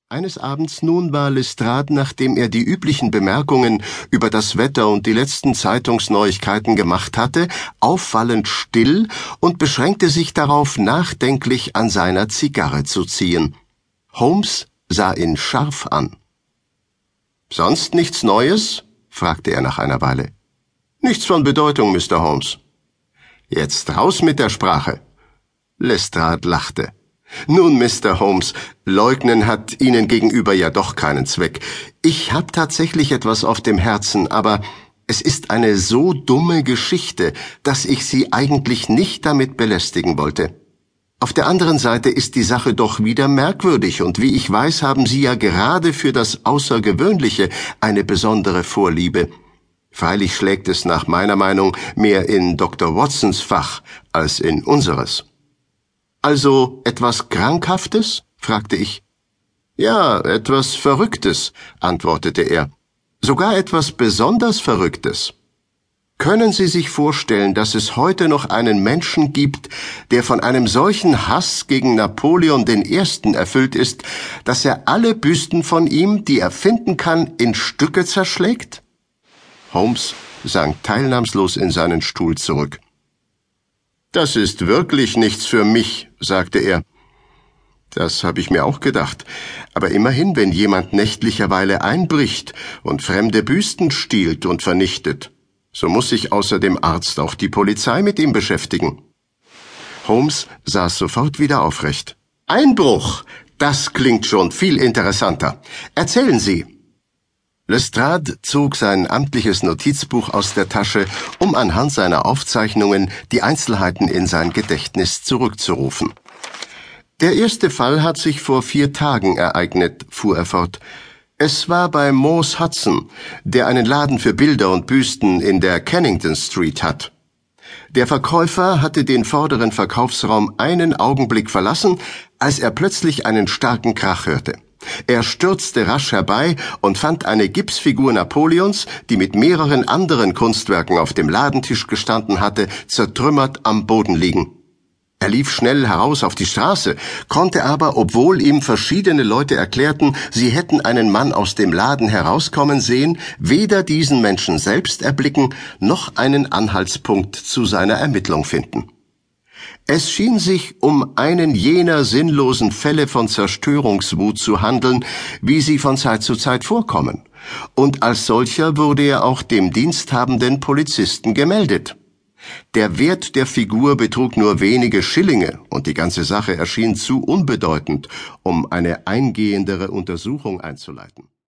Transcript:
Eines Abends nun war Lestrade, nachdem er die üblichen Bemerkungen über das Wetter und die letzten Zeitungsneuigkeiten gemacht hatte, auffallend still und beschränkte sich darauf, nachdenklich an seiner Zigarre zu ziehen. Holmes sah ihn scharf an. »Sonst nichts Neues?« fragte er nach einer Weile. »Nichts von Bedeutung, Mr. Holmes.« »Jetzt raus mit der Sprache.« Lestrade lachte. »Nun, Mr. Holmes, leugnen hat Ihnen gegenüber ja doch keinen Zweck. Ich habe tatsächlich etwas auf dem Herzen, aber es ist eine so dumme Geschichte, dass ich Sie eigentlich nicht damit belästigen wollte. Auf der anderen Seite ist die Sache doch wieder merkwürdig, und wie ich weiß, haben Sie ja gerade für das Außergewöhnliche eine besondere Vorliebe. Freilich schlägt es nach meiner Meinung mehr in Dr. Watsons Fach als in unseres.« »Also etwas Krankhaftes?« fragte ich. »Ja, etwas Verrücktes«, antwortete er. »Sogar etwas besonders Verrücktes. Können Sie sich vorstellen, dass es heute noch einen Menschen gibt, der von einem solchen Hass gegen Napoleon I. erfüllt ist, dass er alle Büsten von ihm, die er finden kann, in Stücke zerschlägt?« Holmes sank teilnahmslos in seinen Stuhl zurück. »Das ist wirklich nichts für mich«, sagte er. »Das habe ich mir auch gedacht. Aber immerhin, wenn jemand nächtlicherweile einbricht und fremde Büsten stiehlt und vernichtet, so muss sich außer dem Arzt auch die Polizei mit ihm beschäftigen.« Holmes saß sofort wieder aufrecht. »Einbruch! Das klingt schon viel interessanter. Erzählen Sie!« Lestrade zog sein amtliches Notizbuch aus der Tasche, um anhand seiner Aufzeichnungen die Einzelheiten in sein Gedächtnis zurückzurufen. »Der erste Fall hat sich vor 4 Tagen ereignet«, fuhr er fort. »Es war bei Morse Hudson, der einen Laden für Bilder und Büsten in der Kennington Street hat. Der Verkäufer hatte den vorderen Verkaufsraum einen Augenblick verlassen, als er plötzlich einen starken Krach hörte. Er stürzte rasch herbei und fand eine Gipsfigur Napoleons, die mit mehreren anderen Kunstwerken auf dem Ladentisch gestanden hatte, zertrümmert am Boden liegen. Er lief schnell heraus auf die Straße, konnte aber, obwohl ihm verschiedene Leute erklärten, sie hätten einen Mann aus dem Laden herauskommen sehen, weder diesen Menschen selbst erblicken, noch einen Anhaltspunkt zu seiner Ermittlung finden. Es schien sich um einen jener sinnlosen Fälle von Zerstörungswut zu handeln, wie sie von Zeit zu Zeit vorkommen, und als solcher wurde er auch dem diensthabenden Polizisten gemeldet. Der Wert der Figur betrug nur wenige Schillinge, und die ganze Sache erschien zu unbedeutend, um eine eingehendere Untersuchung einzuleiten.